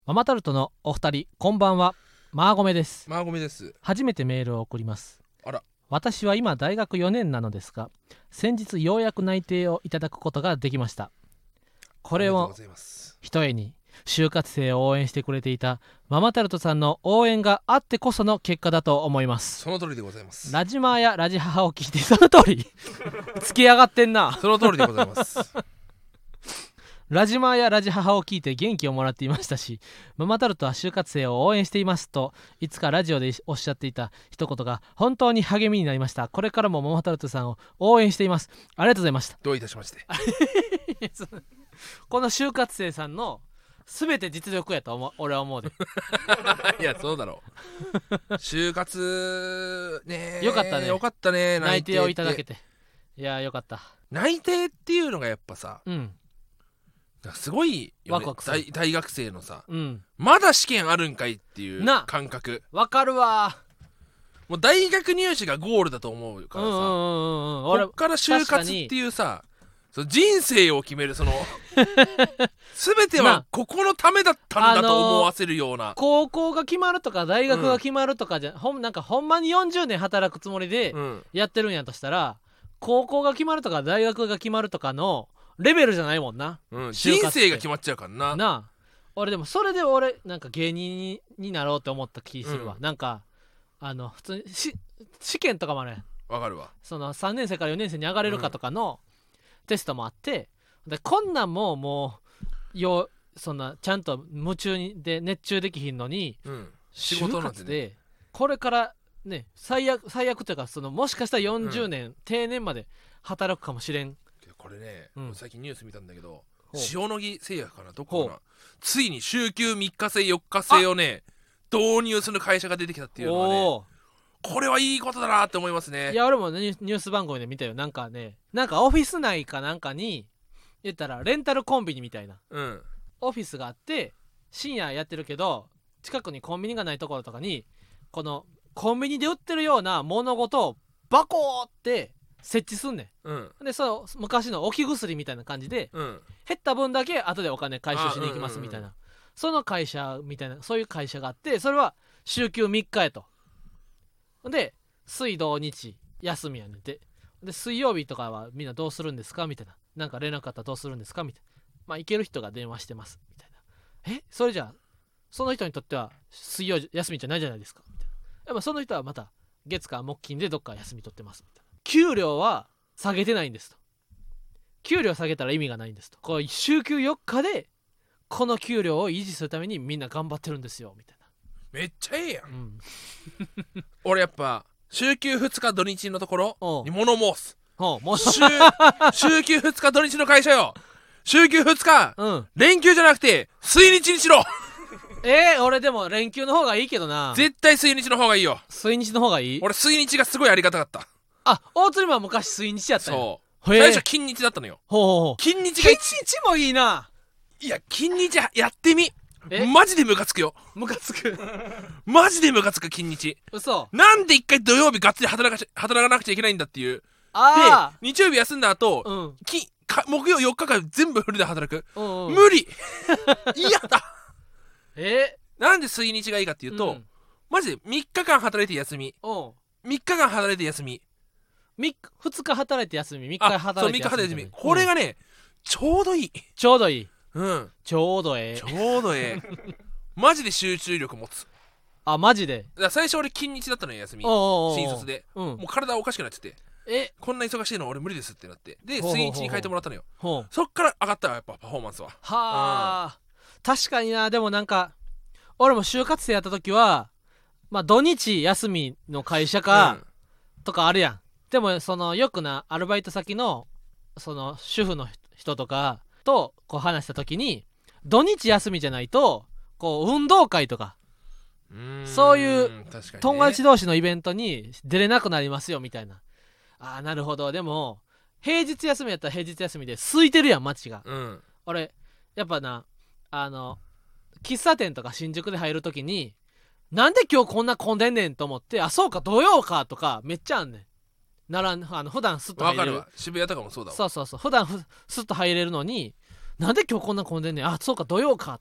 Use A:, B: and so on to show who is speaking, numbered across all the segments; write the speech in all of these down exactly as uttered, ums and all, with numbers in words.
A: ママタルトのお二人こんばんは。マーゴメです。
B: マーゴメです。
A: 初めてメールを送ります。
B: あら。
A: 私は今大学よねんなのですが、先日ようやく内定をいただくことができました。これをひとえに就活生を応援してくれていたママタルトさんの応援があってこその結果だと思います。
B: その通りでございます。
A: ラジマーやラジ母を聞いてその通りつき上がってんな。
B: その通りでございます
A: ラジマーやラジ母を聞いて元気をもらっていましたし、ママタルトは就活生を応援していますといつかラジオでおっしゃっていた一言が本当に励みになりました。これからもママタルトさんを応援しています。ありがとうございました。
B: どういたしまして
A: この就活生さんの全て実力やと思う俺は思うで
B: いやそうだろう就活ね
A: よかったね。
B: よかったね。
A: 内定をいただけて。いやよかった。
B: 内定っていうのがやっぱさ、うんすごいよ、ね、
A: ワクワクする。
B: 大, 大学生のさ、
A: うん、
B: まだ試験あるんかいっていう感覚
A: わかるわ。
B: もう大学入試がゴールだと思うからさ、うんうんうんうん、こっから就活っていうさその人生を決めるその全てはここのためだったんだと思わせるような、
A: 高校が決まるとか大学が決まるとかじゃ、うん、ほんなんかほんまによんじゅうねん働くつもりでやってるんやとしたら、うん、高校が決まるとか大学が決まるとかのレベルじゃないもんな、
B: うん、人生が決まっちゃうからな。
A: なあ、俺でもそれで俺なんか芸人になろうって思った気するわ、うん、なんかあの普通にし試験とかもね、
B: わかるわ。
A: そのさんねん生からよねん生に上がれるかとかのテストもあって、でこんなんももうよそんなちゃんと夢中にで熱中できひんのに、うん、仕事なんてね、これからね最悪最悪というかそのもしかしたらよんじゅうねん、うん、定年まで働くかもしれん。
B: これね、うん、最近ニュース見たんだけど、塩野義製薬かなどこかな、ついに週休みっか制よっか制をね導入する会社が出てきたっていうのはね、これはいいことだなって思いますね。
A: いや俺も、ね、ニュース番組で見たよ。なんかね、なんかオフィス内かなんかに言ったらレンタルコンビニみたいな、うん、オフィスがあって深夜やってるけど近くにコンビニがないところとかにこのコンビニで売ってるような物事をバコーって設置すんねん、うん、でその昔の置き薬みたいな感じで、うん、減った分だけ後でお金回収しに行きますみたいな、うんうんうん、その会社みたいなそういう会社があって、それは週休みっかやと。で水土日休みやねんて。で水曜日とかはみんなどうするんですかみたいな、なんか連絡あったらどうするんですかみたいな、まあ行ける人が電話してますみたいな。えそれじゃあその人にとっては水曜休みじゃないじゃないですかみたいな。やっぱその人はまた月火木金でどっか休み取ってますみたいな。給料は下げてないんですと。給料下げたら意味がないんですと。こう週休よっかでこの給料を維持するためにみんな頑張ってるんですよみたいな。
B: めっちゃええやん、うん、俺やっぱ週休ふつか土日のところに物申す。週, 週休ふつか土日の会社よ、週休ふつか、うん、連休じゃなくて水日にしろ。
A: えー、俺でも連休の方がいいけどな。
B: 絶対水日の方がいいよ。
A: 水日の方がいい。
B: 俺水日がすごいありがたかった。
A: あ、大鶴マン昔水日やったんや。
B: そう最初金日だったのよ。
A: ほうほうほう。
B: 金日が金
A: 日もいいな。
B: いや金日やってみ。マジでムカつくよ。
A: ムカつく
B: マジでムカつく金日。
A: 嘘。
B: なんで一回土曜日がっつり働か働かなくちゃいけないんだっていう。
A: あ
B: で日曜日休んだ後、うん、きか木曜よっかかん全部フルで働く、うんうん、無理嫌だ。
A: え
B: なんで水日がいいかっていうと、うん、マジでみっかかん働いて休み、みっかかん働いて休み、
A: ふつか働いて休み、みっか働いて休み、
B: 休みこれがね、うん、ちょうどいい。
A: ちょうどいい。
B: うん。
A: ちょうどええ。
B: ちょうどええ。マジで集中力持つ。
A: あ、マジで。
B: だから最初俺金日だったのよ休み。新卒で、うん、もう体おかしくなっちゃって。
A: え、
B: こんな忙しいの俺無理ですってなって。で水日に変えてもらったのよ。ほうそっから上がったわやっぱパフォーマンスは。
A: はあ、うん、確かにな。でもなんか俺も就活生やった時はまあ土日休みの会社か、うん、とかあるやん。でもそのよくなアルバイト先のその主婦の人とかとこう話した時に土日休みじゃないとこう運動会とかうーんそういう友達同士のイベントに出れなくなりますよみたいな。ああなるほど。でも平日休みやったら平日休みで空いてるやん街が、うん、俺やっぱなあの喫茶店とか新宿で入るときになんで今日こんな混んでんねんと思って、あそうか土曜かとかめっちゃあんねん。ならんあの普段スッと入れる。
B: わかるわ。渋谷とかもそうだわ。
A: そうそうそう。普段スッと入れるのになんで今日こんな混んでんねん、あそうか土曜かとか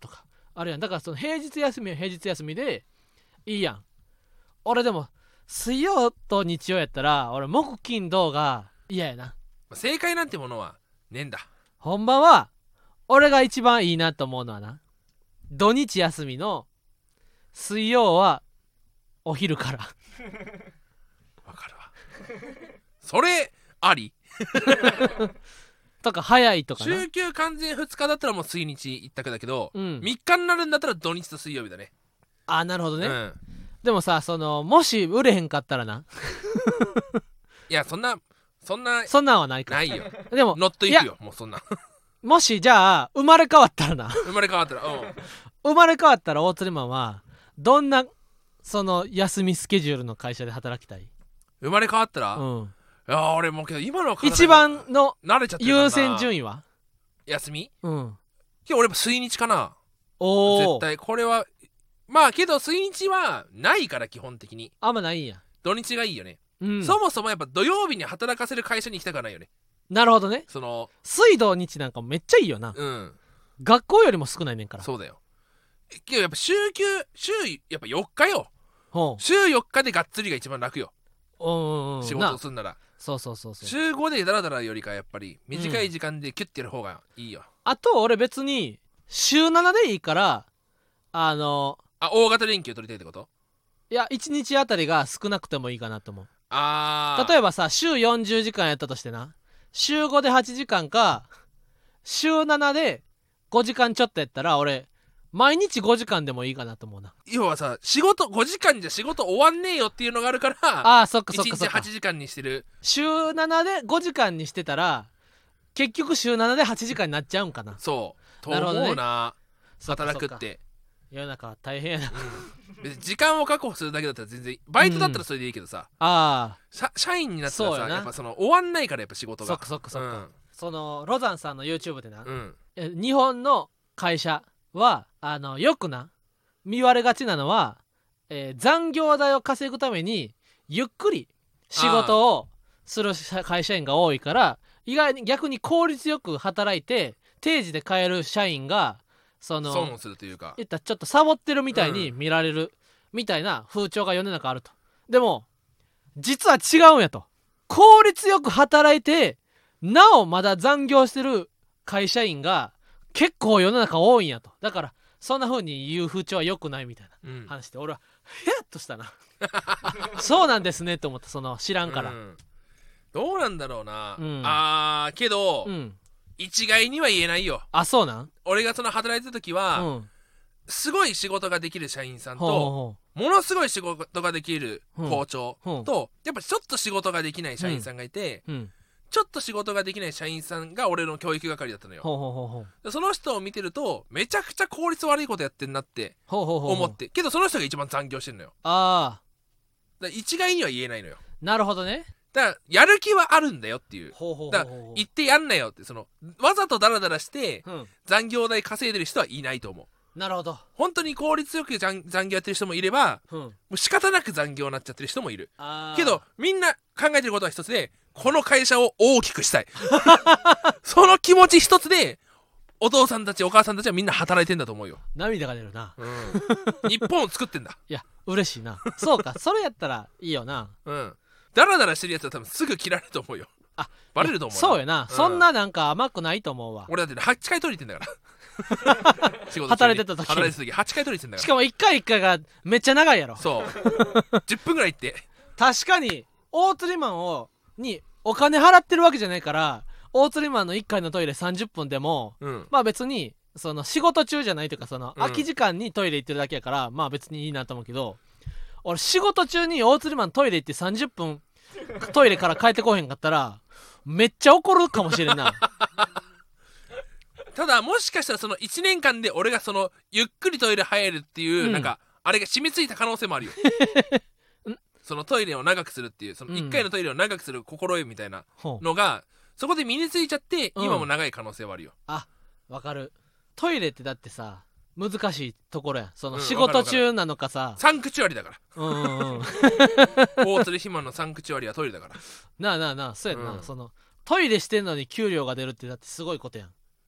A: あれやん。だからその平日休みは平日休みでいいやん。俺でも水曜と日曜やったら俺木金土が嫌やな。
B: 正解なんてものはねえんだ。
A: ほんまは俺が一番いいなと思うのはな、土日休みの水曜はお昼から
B: わかるわそれあり
A: とか早いとかな。
B: 週休完全ふつかだったらもう水日一択だけど、
A: うん、
B: みっかになるんだったら土日と水曜日だね。
A: あ、なるほどね、
B: うん、
A: でもさ、そのもし売れへんかったらない
B: やそんなそんな
A: そんなんはないか
B: ないよ。
A: でも
B: 乗っといくよもうそんな
A: もしじゃあ生まれ変わったらな
B: 生まれ変わったらうん
A: 生まれ変わったら大釣りマンはどんなその休みスケジュールの会社で働きたい？
B: 生まれ変わったら、
A: うん、
B: いや俺もうけど今の
A: 一番の
B: 慣れちゃってるからな。
A: 優先順位は
B: 休み？
A: うん
B: けど俺も水日かな。
A: おお、
B: 絶対これはまあけど水日はないから基本的に
A: あんまないんや。
B: 土日がいいよね、
A: うん、
B: そもそもやっぱ土曜日に働かせる会社に行きたくはないよね。
A: なるほどね。
B: その
A: 水土日なんかめっちゃいいよな。
B: うん
A: 学校よりも少ないねんから。
B: そうだよ。けどやっぱ週休週やっぱよっかよ。
A: ほう、
B: 週よっかでがっつりが一番楽よ。
A: うんうんうん、
B: 仕事をするなら
A: そうそうそうそう。
B: 週ごでダラダラよりかやっぱり短い時間でキュッてやる方がいいよ、うん、
A: あと俺別に週ななでいいからあの
B: あ大型連休取りたいってこと？
A: いやいちにちあたりが少なくてもいいかなと思う。
B: あ
A: 例えばさ週よんじゅうじかんやったとしてな、週ごではちじかんか週ななでごじかんちょっとやったら俺毎日ごじかんでもいいかなと思うな。
B: 要はさ仕事ごじかんじゃ仕事終わんねえよっていうのがあるから
A: ああそっかそっかそっか
B: いちにちはちじかんにしてる。
A: 週ななでごじかんにしてたら結局週ななではちじかんになっちゃうんかな。
B: そうと思う な, な、ね、働くって
A: 世の中大変やな、
B: うん、別に時間を確保するだけだったら全然バイトだったらそれでいいけどさ、うん、あ社, 社員になったらさやっぱその終わんないからやっぱ仕事が
A: そっかそっかそっか、うん、そのロザンさんの YouTube でな、
B: うん、
A: 日本の会社はあのよくな見割れがちなのは、えー、残業代を稼ぐためにゆっくり仕事をする会社員が多いから意外に逆に効率よく働いて定時で帰る社員がその
B: 損をするというか
A: 言ったらちょっとサボってるみたいに見られるみたいな風潮が世の中あると。でも実は違うんやと。効率よく働いてなおまだ残業してる会社員が結構世の中多いんやと。だからそんな風に言う風潮は良くないみたいな話で、うん、俺はヒヤッとしたなそうなんですねと思った。その知らんから、うん、
B: どうなんだろうな、うん、あーけど、うん、一概には言えないよ。
A: あ、そうなん？
B: 俺がその働いてた時は、うん、すごい仕事ができる社員さんとほうほうものすごい仕事ができる校長と、うん、やっぱちょっと仕事ができない社員さんがいて、うんうん、ちょっと仕事ができない社員さんが俺の教育係だったのよ。ほうほうほうほう。その人を見てるとめちゃくちゃ効率悪いことやってんなって思って、ほうほうほうほう。けどその人が一番残業してんのよ。ああ。だから一概には言えないのよ。
A: なるほどね。
B: だからやる気はあるんだよっていう。ほうほうほうほう。だから言ってやんなよって、そのわざとダラダラして残業代稼いでる人はいないと思う。
A: なるほど。
B: 本当に効率よく残業やってる人もいれば、うん、もう仕方なく残業になっちゃってる人もいる。けどみんな考えてることは一つで、この会社を大きくしたいその気持ち一つでお父さんたちお母さんたちはみんな働いてんだと思うよ。
A: 涙が出るな、
B: うん、日本を作ってんだ。
A: いや嬉しいな。そうかそれやったらいいよな。
B: うんダラダラしてるやつは多分すぐ切られると思うよ。あバレると思う。
A: そうよな、うん、そんななんか甘くないと思うわ。
B: 俺だって、ね、はちかい取りに行ってんだから仕事
A: 働いてた時
B: 働いてた時はちかい取りに行ってんだから。
A: しかもいっかいいっかいがめっちゃ長いやろ。
B: そうじゅっぷんぐらい行って
A: 確かに大釣りマンをにお金払ってるわけじゃないから大釣りマンのいっかいのトイレさんじゅっぷんでも、うん、まあ別にその仕事中じゃないというかその空き時間にトイレ行ってるだけやから、うん、まあ別にいいなと思うけど、俺仕事中に大釣りマントイレ行ってさんじゅっぷんトイレから帰ってこへんかったらめっちゃ怒るかもしれんな
B: ただもしかしたらそのいちねんかんで俺がそのゆっくりトイレ入るっていう、うん、なんかあれが染みついた可能性もあるよそのトイレを長くするっていうそのいっかいのトイレを長くする心得みたいなのが、うん、そこで身についちゃって今も長い可能性はあるよ、
A: うん、あわかる。トイレってだってさ難しいところや。その仕事中なのかさ、
B: うん、サンクチュアリだからうんうん、うん、大釣り肥満のサンクチュアリはトイレだから
A: なあなあなあそうやんな、うん、そのトイレしてんのに給料が出るってだってすごいことやん。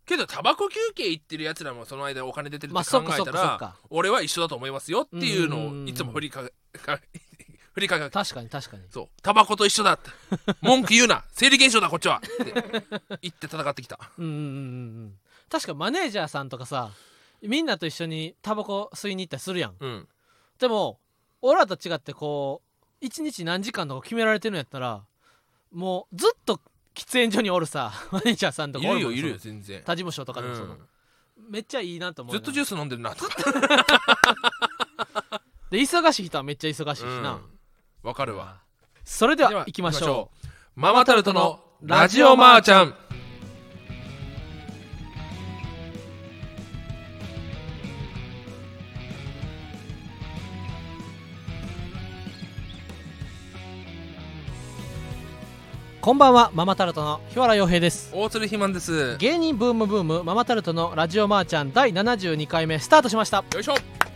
B: けどタバコ休憩行ってるやつらもその間お金出てるって考えたら俺は一緒だと思いますよっていうのをいつも振りかか振りかけ
A: 確かに確かに
B: そうタバコと一緒だって文句言うな生理現象だこっちはって言って戦ってきた
A: うんうんうんうん確かマネージャーさんとかさみんなと一緒にタバコ吸いに行ったりするやん、うん、でも俺らと違ってこう一日何時間とか決められてるんやったらもうずっと喫煙所におるさマネージャーさんとかおるもん
B: いるよいるよ全然
A: 他事務所とかでもその、うん、めっちゃいいなと思う
B: ずっとジュース飲んでるなと
A: で忙しい人はめっちゃ忙しいしなわ、
B: うん、かるわ
A: それでは行きましょう
B: ママタルトのラジオマーちゃん。
A: こんばんは、ママタルトの日原洋平です。
B: 大鶴ひまんです。
A: 芸人ブームブームママタルトのラジオマーちゃんだいななじゅうにかいめスタートしました。
B: よいしょ。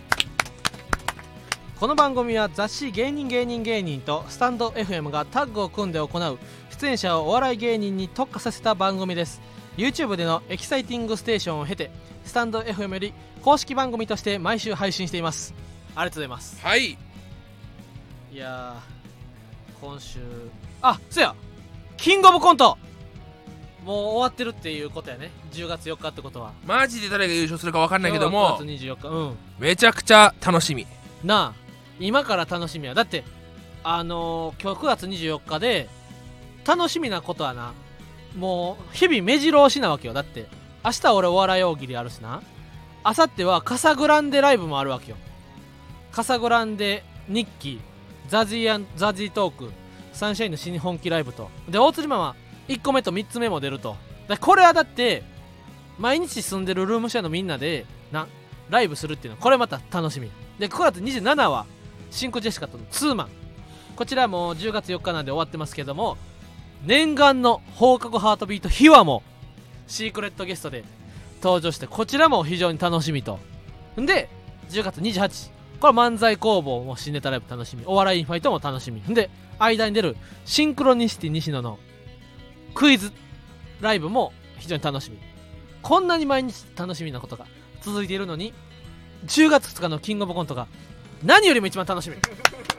A: この番組は雑誌芸人芸人芸人とスタンド エフエム がタッグを組んで行う出演者をお笑い芸人に特化させた番組です。 YouTube でのエキサイティングステーションを経てスタンド エフエム より公式番組として毎週配信しています。ありがとうございます。
B: はい。
A: いやー今週あそやキングオブコントもう終わってるっていうことやね。じゅうがつよっかってことは
B: マジで誰が優勝するか分かんないけども
A: くがつにじゅうよっか、うん、
B: めちゃくちゃ楽しみ
A: なあ。今から楽しみや。だってあのー、今日くがつにじゅうよっかで楽しみなことはなもう日々目白押しなわけよ。だって明日俺お笑い大喜利あるしな、明後日はカサグランデライブもあるわけよ。カサグランデ日記ザジーザジートークサンシャインの新本気ライブとで大釣りマンはいっこめとみっつめも出ると。だこれはだって毎日住んでるルームシェアのみんなでなライブするっていうのこれまた楽しみで、くがつにじゅうしちにちはシンクジェシカとのツーマン、こちらもじゅうがつよっかなんで終わってますけども、念願の放課後ハートビート秘話もシークレットゲストで登場して、こちらも非常に楽しみと。んでじゅうがつにじゅうはちにちこれ漫才工房も新ネタライブ楽しみ、お笑いインファイトも楽しみんで、間に出るシンクロニシティ西野のクイズライブも非常に楽しみ。こんなに毎日楽しみなことが続いているのにじゅうがつふつかのキングオブコントが何よりも一番楽しみ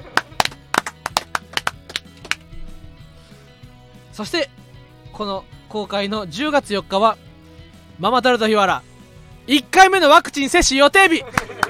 A: そしてこの公開のじゅうがつよっかはママタルト日原いっかいめのワクチン接種予定日
B: よ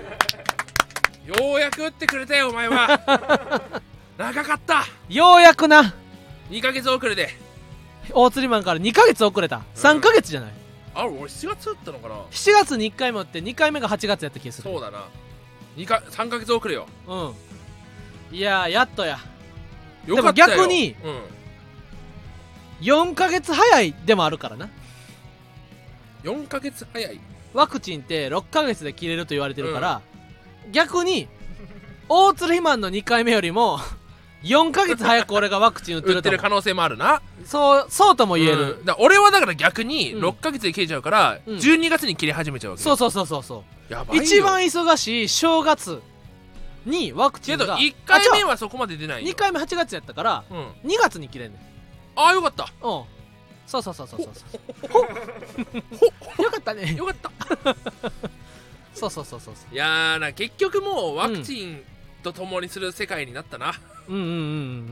B: うやく打ってくれたよお前は長かった。
A: ようやくな
B: にかげつ遅れで
A: 大釣りマンからにかげつ遅れた、うん、さんかげつじゃない。
B: あれ俺しちがつ打ったのかな。
A: しちがつにいっかいも打ってにかいめがはちがつやった気がする。
B: そうだなにかさんかげつ遅れよ。
A: うんいやーやっとや。
B: よかったよ。
A: でも逆に、うん、よんかげつ早いでもあるからな。
B: よんかげつ早い。
A: ワクチンってろっかげつで切れると言われてるから、うん、逆に大鶴ひまんのにかいめよりもよんかげつ早く俺がワクチン打ってると
B: 打ってる可能性もあるな。
A: そうそうとも言える、
B: うん、だ俺はだから逆にろっかげつで切れちゃうから、うん、じゅうにがつに切れ始めちゃうわけ。
A: そうそうそうそうそう
B: やばいよ。
A: 一番忙しい正月にワクチンが
B: けどいっかいめはそこまで出ないよ。
A: にかいめはちがつやったから、うん、にがつに切れんねん。
B: ああよかった。
A: うんそうそうそうそうそうそうよかったね
B: よかった
A: そうそうそうそう
B: いやーな結局もうワクチンと共にする世界になったな。
A: うんうんうんうん、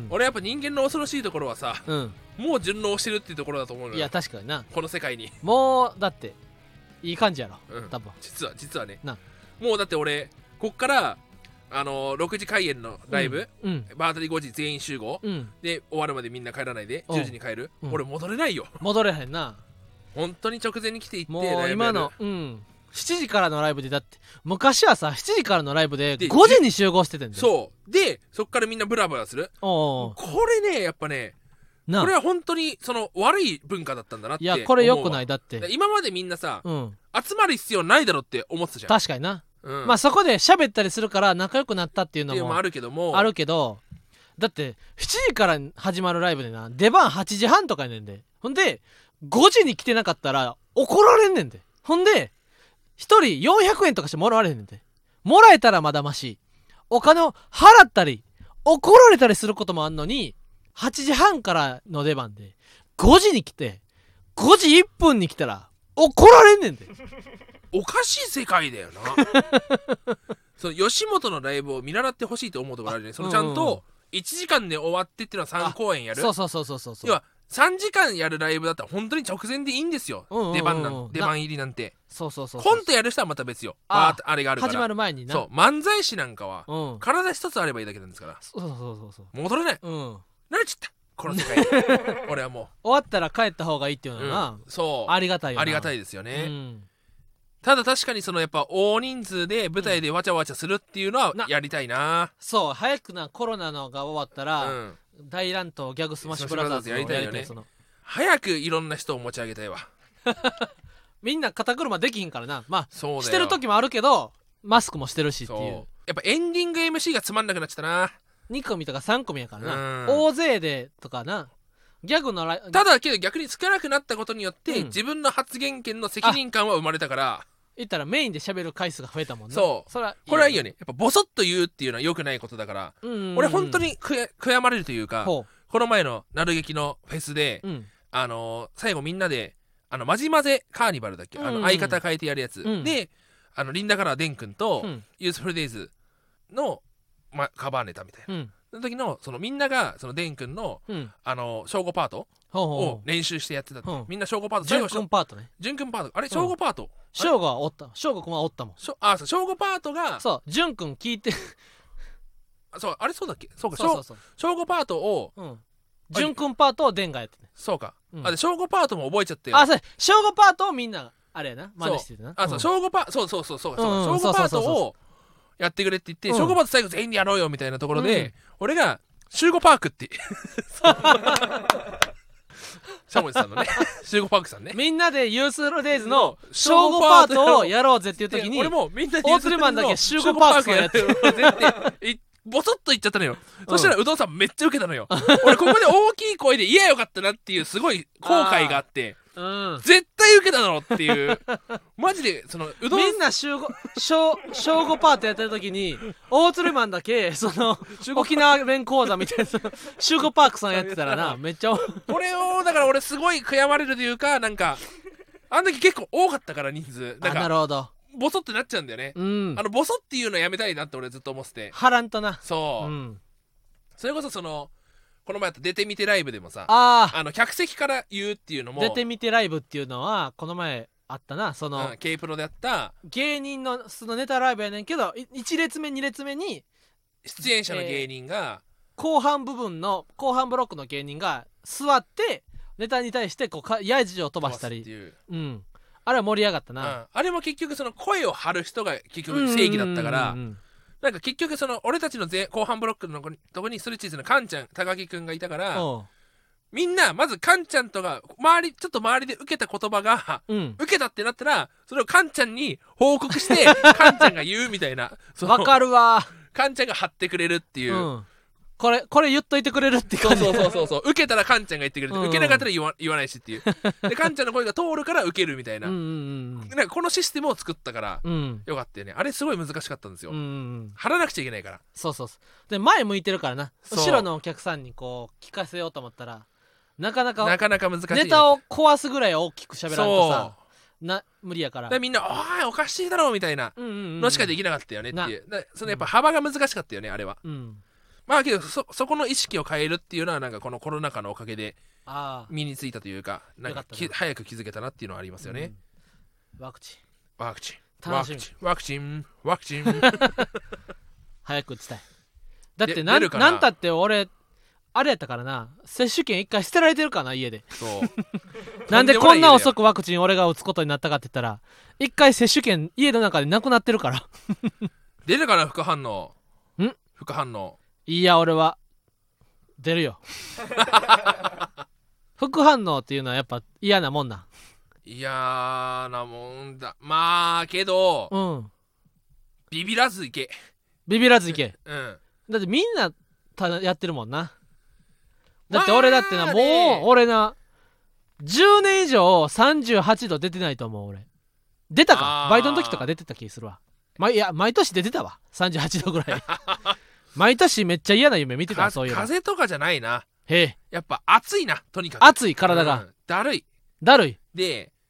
B: 俺やっぱ人間の恐ろしいところはさ、うん、もう順応してるっていうところだと思うのよ。
A: いや確かにな。
B: この世界に
A: もうだっていい感じやろ、うん、多分
B: 実は実はね
A: な
B: もうだって俺こっからあのー、ろくじ開演のライブ、うんうん、バータリごじ全員集合、うん、で終わるまでみんな帰らないでじゅうじに帰る、うん、俺戻れないよ。
A: 戻れへんな。
B: 本当に直前に来ていって
A: もう今の、うん、しちじからのライブでだって昔はさしちじからのライブでごじに集合しててんだよ。
B: そうでそっからみんなブラブラする。おこれねやっぱねこれは本当にその悪い文化だったんだなって思うわ。
A: いやこれ良くない。だって
B: 今までみんなさ、うん、集まる必要ないだろって思ってたじゃん。
A: 確かにな、うん、まあそこで喋ったりするから仲良くなったっていうのも
B: あるけども
A: あるけどだってしちじから始まるライブでな出番はちじはんとかやねんで。ほんでごじに来てなかったら怒られんねんで。ほんでひとりよんひゃくえんとかしてもらわれへんねんで。もらえたらまだましお金を払ったり怒られたりすることもあんのにはちじはんからの出番でごじに来てごじいっぷんに来たら怒られんねんで。
B: おかしい世界だよなその吉本のライブを見習ってほしいと思うところあるじゃない。そのちゃんといちじかんで終わってっていうのはさん公演やる。
A: そうそうそうそうそう。
B: 要はさんじかんやるライブだったら本当に直前でいいんですよ、うんうんうん、出番なん出番入りなんて。
A: そうそうそうそう。
B: コントやる人はまた別よ。ああれがあるから
A: 始まる前にな。
B: そう漫才師なんかは、うん、体一つあればいいだけなんですから。
A: そうそうそうそう。
B: 戻れない、うん、慣れちゃったこの世界俺はもう
A: 終わったら帰った方がいいっていうのはな、うん、そうありがたいよな。
B: ありがたいですよね、うん、ただ確かにそのやっぱ大人数で舞台でわちゃわちゃするっていうのはやりたいな、うん、
A: そう早くなコロナのが終わったら、うん、大乱闘ギャグスマッシュブラザーズ
B: やりたいよね。早くいろんな人を持ち上げたいわ
A: みんな肩車できひんからな。まあしてる時もあるけどマスクもしてるしっていう。
B: やっぱエンディング エムシー がつまんなくなっちゃったな。
A: に組とかさん組やからな、大勢でとかな。ギャグのラ
B: ただけど逆に少なくなったことによって、うん、自分の発言権の責任感は生まれたから、
A: 言ったらメインで喋る回数が増えたもんね。
B: そうそれはこれはいいよね。やっぱボソッと言うっていうのは良くないことだから、うんうんうん、俺本当に悔やまれるというか、この前のなる劇のフェスで、うん、あのー、最後みんなであのマジマゼカーニバルだっけ、うんうん、あの相方変えてやるやつ、うん、であのリンダカラーデン君と、うん、ユースフルデイズの、ま、カバーネタみたいな、うん、その時のそのみんながそのデン君の、うん、あの正午パートを練習してやってたって、うん、みんな正午パート、
A: 純君パートね。
B: 純君パートあれ正午パート、
A: 正午はおった正午君はおったもん。
B: あそう正午パートが
A: そう純君聞いて
B: そうあれそうだっけ。そうかそうそうそう正午パートを、うん、
A: 純君パートをデンがやってね。
B: そうか、うん、あで正午パートも覚えちゃってよ。
A: あそう正午パートをみんなあれやな真似してるな。
B: あそう正午パートそうそうそうそう正午パートをやってくれって言って正午パート最後全員でやろうよみたいなところで、うん、俺が集合パークってシャモリさんのね集合パークさんね、
A: みんなでユースフルデイズの正午パートをやろうぜっていう時に
B: 俺もみんなで
A: 大鶴マンだけ集合パークやって
B: るボソッと言っちゃったのよ、うん、そしたらうどんさんめっちゃウケたのよ俺ここで大きい声で「いやよかったな」っていうすごい後悔があって、うん、絶対ウケただろっていうマジでそのうどん
A: みんな集合正午パートやってる時に大鶴マンだけその沖縄弁講座みたいな集合パークさんやってたらなめっちゃ
B: 俺をだから俺すごい悔やまれるというかなんかあん時結構多かったから人数
A: なんかなるほど
B: ボソってなっちゃうんだよね、うん、あのボソっていうのやめたいなって俺ずっと思ってて
A: はらんとな
B: そう、うん、それこそそのこの前やった出てみてライブでもさああの客席から言うっていうのも
A: 出てみてライブっていうのはこの前あったなその、
B: うん、K プロでやった
A: 芸人のそのネタライブやねんけどいち列目に列目に
B: 出演者の芸人が、
A: えー、後半部分の後半ブロックの芸人が座ってネタに対してこうかやじを飛ばしたりうんあれは盛り上がったな、うん、
B: あれも結局その声を張る人が結局正義だったからなんか結局その俺たちの後半ブロックのとこにストレッチーズのカンちゃん高木くんがいたからみんなまずカンちゃんとが周りちょっと周りで受けた言葉が、うん、受けたってなったらそれをカンちゃんに報告してカンちゃんが言うみたいな
A: わかるわ
B: カンちゃんが張ってくれるっていう、うん
A: これこれ言っといてくれるって感じ
B: そうそうそうそう受けたらカンちゃんが言ってくれる、うんうん、受けなかったら言わ、言わないしっていうでカンちゃんの声が通るから受けるみたいな、うんうんうん、なんかこのシステムを作ったから、うん、よかったよね。あれすごい難しかったんですよ、うんうん、張らなくちゃいけないから
A: そうそうそうで前向いてるからな後ろのお客さんにこう聞かせようと思ったらなかなか
B: なかなか難しい、ね、
A: ネタを壊すぐらい大きく喋らんとさな無理やから
B: でみんな「おいおかしいだろ」みたいなのしかできなかったよねっていう、うんうん、そのやっぱ幅が難しかったよねあれは、うんまあけど そ, そこの意識を変えるっていうのはなんかこのコロナ禍のおかげで身についたというかなんかき早く気づけたなっていうのはありますよね、
A: うん、ワクチン
B: ワクチンワクチンワクチンワクチン
A: 早く打ちたいだってなんなんたって俺あれやったからな接種券一回捨てられてるからな家でそうなんでこんな遅くワクチン俺が打つことになったかって言ったら一回接種券家の中でなくなってるから
B: 出るかな副反応ん副反応
A: いや俺は出るよ副反応っていうのはやっぱ嫌なもんな
B: 嫌なもんだまあけど、うん、ビビらずいけ
A: ビビらずいけ、うん、だってみんなたやってるもんなだって俺だってな、まあ、もう俺なじゅうねん以上さんじゅうはちど出てないと思う俺出たかバイトの時とか出てた気するわ、ま、いや毎年出てたわさんじゅうはちどぐらい毎年めっちゃ嫌な夢見てたそういうの
B: 風邪とかじゃないな
A: へえ
B: やっぱ暑いなとにかく
A: 暑い体が、うん、
B: だるい
A: だるい
B: で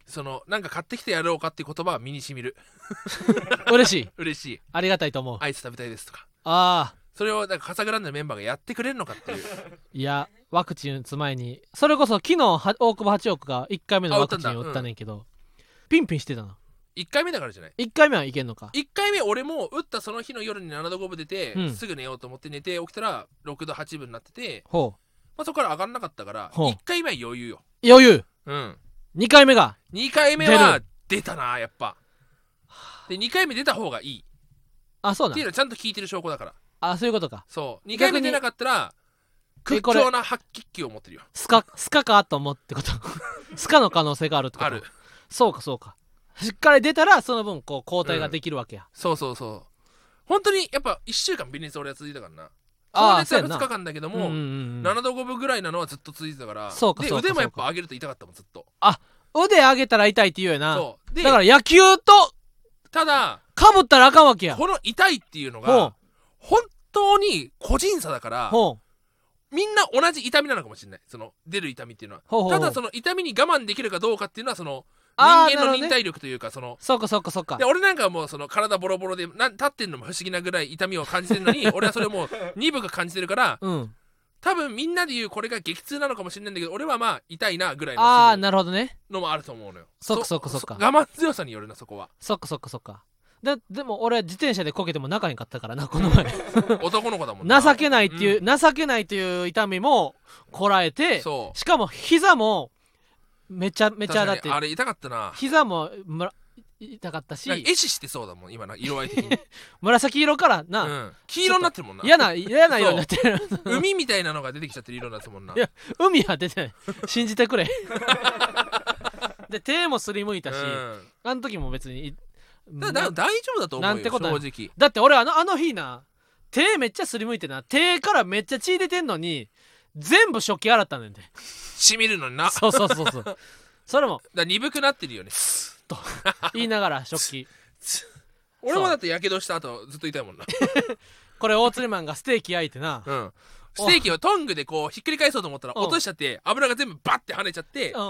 B: そのなんか買ってきてやろうかっていう言葉は身にしみる
A: 嬉しい
B: 嬉しい、
A: ありがたいと思う。
B: アイス食べたいですとか、
A: ああ
B: それをなんかカサグランデのメンバーがやってくれるのかっていう
A: いやワクチン打つ前にそれこそ昨日は大久保八億がいっかいめのワクチンを打ったねんけど、うん、ピンピンしてたな。
B: いっかいめだからじゃない。
A: いっかいめはいけんのか。
B: いっかいめ俺も打ったその日の夜にななどごぶ出て、
A: うん、
B: すぐ寝ようと思って寝て起きたらろくどはちぶになってて、
A: ほう、
B: まあ、そこから上がんなかったからいっかいめは余裕よ。
A: 余裕。
B: うん
A: にかいめが
B: にかいめは出たなやっぱ。でにかいめ出た方がいい。
A: あ、そうなん。
B: っていうのはちゃんと効いてる証拠だから。
A: あ、そういうことか。
B: そうにかいめ出なかったら屈強な白血球を持ってるよ。
A: スカスカかと思ってことスカの可能性があるってこと。ある。そうかそうか。しっかり出たらその分こう抗体ができるわけや、うん、
B: そうそうそう。本当にやっぱいっしゅうかん微熱俺は続いたからな。高熱はふつかかんだけども、うんうんうん、ななどごぶぐらいなのはずっと続いてたから。
A: そうかそうか。
B: で腕もやっぱ上げると痛かったもんずっと。
A: あ、腕上げたら痛いって言うよな。
B: そうで
A: だから野球と
B: ただ
A: かぶったらあかんわけや。
B: この痛いっていうのが本当に個人差だからみんな同じ痛みなのかもしれない。その出る痛みっていうのは。ほうほうほう。ただその痛みに我慢できるかどうかっていうのはその人間の忍耐力というか、その
A: そうかそうかそうか。
B: で俺なんかはもうその体ボロボロでな立ってんのも不思議なぐらい痛みを感じてるのに俺はそれをもう鈍く感じてるから、うん、多分みんなで言うこれが激痛なのかもしれないんだけど俺はまあ痛いなぐらいの
A: ああなるほどね
B: のもあると思うのよ。
A: そっかそっかそっか。
B: 我慢強さによるなそこは。
A: そっかそっかそっか。で, でも俺自転車でこけても仲へんかったからなこの前
B: 男の子だもんな。
A: 情けないっていう、うん、情けないという痛みもこらえて、しかも膝もめちゃめちゃだって
B: あれ痛かったな。
A: 膝もむら痛かったし
B: 壊死してそうだもん今な色合い的に
A: 紫色からな、
B: うん、黄色になってるもんな。
A: 嫌な嫌な色になってる
B: 海みたいなのが出てきちゃってる色になってるもんな。
A: いや海は出てない信じてくれで手もすりむいたし、うん、あの時も別に
B: だだ大丈夫だと思うよなんてこと正直。
A: だって俺あのあの日な手めっちゃすりむいてな手からめっちゃ血出てんのに全部食器洗ったねんで
B: しみるのにな。
A: そうそうそうそうそれも
B: だ鈍くなってるよね
A: と言いながら食器
B: 俺もだってやけどした後ずっと痛いもんな
A: これ大釣りマンがステーキ焼いてな、
B: うん、ステーキをトングでこうひっくり返そうと思ったら落としちゃって油が全部バッて跳ねちゃって、うん、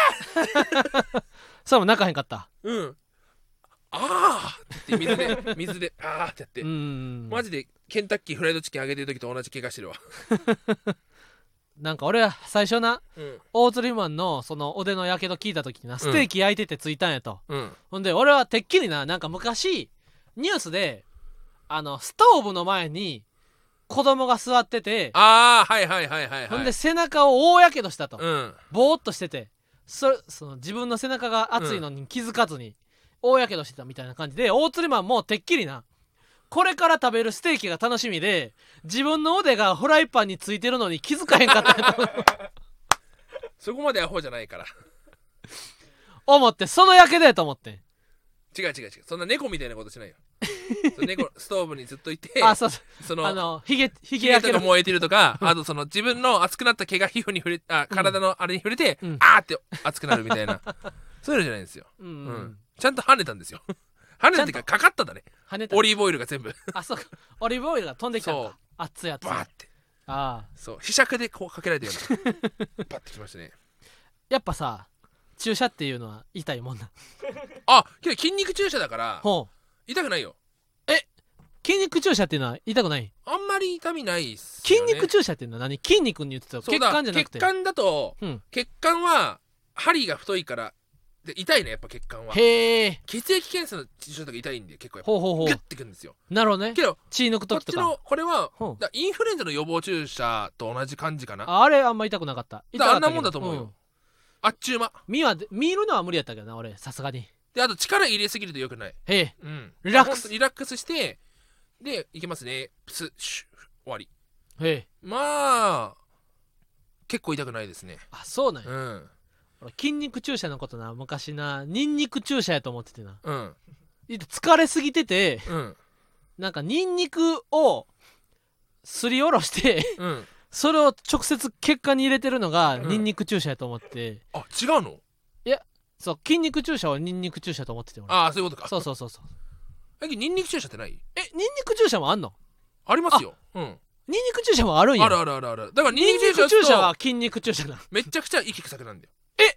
A: それも泣かへんかった。
B: うんあーって水で水であーってやってうんマジでケンタッキーフライドチキンあげてる時と同じ怪我してるわ
A: なんか俺は最初な、うん、大釣りマンのその腕のやけど聞いた時になステーキ焼いててついたんやと、うん、ほんで俺はてっきりななんか昔ニュースであのストーブの前に子供が座ってて
B: ああはいはいはいはい、はい、
A: ほんで背中を大やけどしたと、うん、ぼーっとしてて そ, その自分の背中が熱いのに気づかずに、うん大やけどしてたみたいな感じで大釣りマンもてっきりなこれから食べるステーキが楽しみで自分の腕がフライパンについてるのに気づかへんかったと
B: そこまでアホじゃないから
A: 思ってそのやけどやと思って
B: 違う違う違うそんな猫みたいなことしないよ猫ストーブにずっといて
A: あそうそう
B: その
A: あのヒゲヒゲ焼け
B: が燃えてるとかあとその自分の熱くなった毛が皮膚に触れあ体のあれに触れて、うん、あーって熱くなるみたいなそういうのじゃないんですよ、うんうん、ちゃんと跳ねたんですよ跳ねたっていうかかかったんだね跳ねたオリーブオイルが全部
A: あそうかオリーブオイルが飛んできたんだ熱いやつ
B: バーって
A: ああ
B: そうひしゃくでこうかけられたようなバッてきましたね
A: やっぱさ注射っていうのは痛いもんな
B: あけど筋肉注射だから痛くないよ。
A: え筋肉注射っていうのは痛くない？
B: あんまり痛みないっす
A: よね。筋肉注射っていうのは何？筋肉に言ってた血管じゃなくて
B: 血管だと、うん、血管は針が太いからで痛いねやっぱ血管は。
A: へえ。
B: 血液検査の注射とか痛いんで結構やっぱ
A: ほうほうほう
B: グッてくるんですよ。
A: なるほどね。
B: けど
A: 血抜く時とか
B: こっちのこれはだインフルエンザの予防注射と同じ感じかな。
A: あ, あれあんま痛くなかった。
B: 痛かったあんなもんだと思うよ、うん、あっちゅう間
A: 見は見るのは無理やったけどな俺さすがに。
B: であと力入れすぎるとよくない。
A: へえ、
B: うん、
A: リラックス
B: リラックスしてでいきますねプスシュ終わり。
A: へえ
B: まあ結構痛くないですね。
A: あそうなんや、
B: うん、
A: 俺筋肉注射のことな昔なニンニク注射やと思っててな、
B: うん、
A: 疲れすぎてて、
B: うん、
A: なんかニンニクをすりおろして、
B: うん、
A: それを直接血管に入れてるのがニンニク注射やと思って、うん、
B: あ違うの？
A: いやそう筋肉注射はニンニク注射と思ってて俺。
B: ああそういうことか。
A: そうそうそうそう。
B: えニンニク注射ってない？
A: えニンニク注射もあんの？
B: ありますよ。うん。
A: ニンニク注射もあるんや。
B: あるあるあるある。だからニンニク注射
A: は筋肉注射な。
B: めちゃくちゃ息臭くなるんだよ。
A: え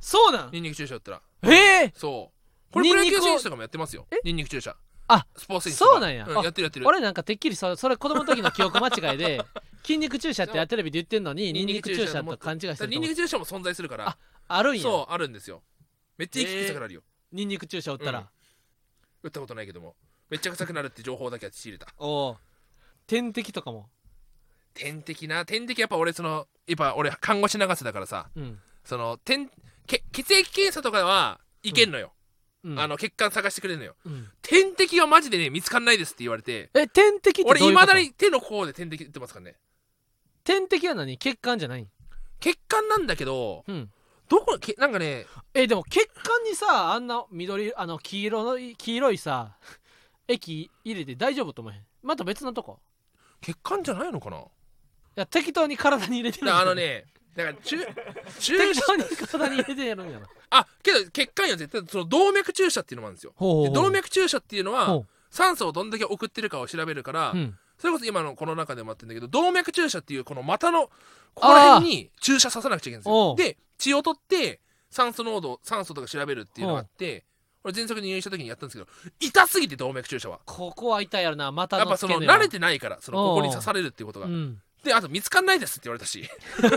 A: そうなん。
B: ニンニク注射打ったら。
A: ええ。
B: そうこれプロ野球選手とかもやってますよ。ニンニク注射。
A: あ、
B: スポーツ選手とか
A: そうなんや、
B: うん、やってるやってる。
A: 俺なんかてっきり そ, それ子供の時の記憶間違いで筋肉注射ってテレビで言ってんのにニンニク注射と勘違いしてる。
B: ニンニク注射も存在するから。
A: あ、あるんや。
B: そうあるんですよ。めっちゃ息臭くなるよ、
A: えー、ニンニク注射打ったら、うん、
B: 打ったことないけどもめっちゃ臭くなるって情報だけは仕入れた。
A: おお。点滴とかも。
B: 点滴な。点滴やっぱ俺そのやっぱ俺看護師流せだからさ、うん、その点け血液検査とかはいけんのよ、うん、あの血管探してくれるのよ、うん、点滴はマジでね見つかんないですって言われて。
A: え、点滴ってどういうこと？
B: 俺いまだに手の甲で点滴打ってますからね。
A: 点滴は何？血管じゃない？
B: 血管なんだけど、うん、どこけなんかね
A: えでも血管にさあんな緑あの黄色の黄色いさ液入れて大丈夫と思えへん？また別のとこ？
B: 血管じゃないのかな。い
A: や適当に体に入れてるん
B: だ。あのねだから注
A: 注適当に体に入れてやるんやな。
B: あけど血管よ絶対その動脈注射っていうのもあるんですよ。ほうほうほう。動脈注射っていうのは酸素をどんだけ送ってるかを調べるから、うん、それこそ今のこの中でもあってるんだけど動脈注射っていうこの股のここら辺に注射ささなくちゃいけないんですよ。で血を取って酸素濃度酸素とか調べるっていうのがあって、俺喘息で入院した時にやったんですけど痛すぎて動脈注射は
A: ここは痛いやろな。また
B: やっぱその慣れてないからそのここに刺されるっていうことが、うん、であと見つかんないですって言われたし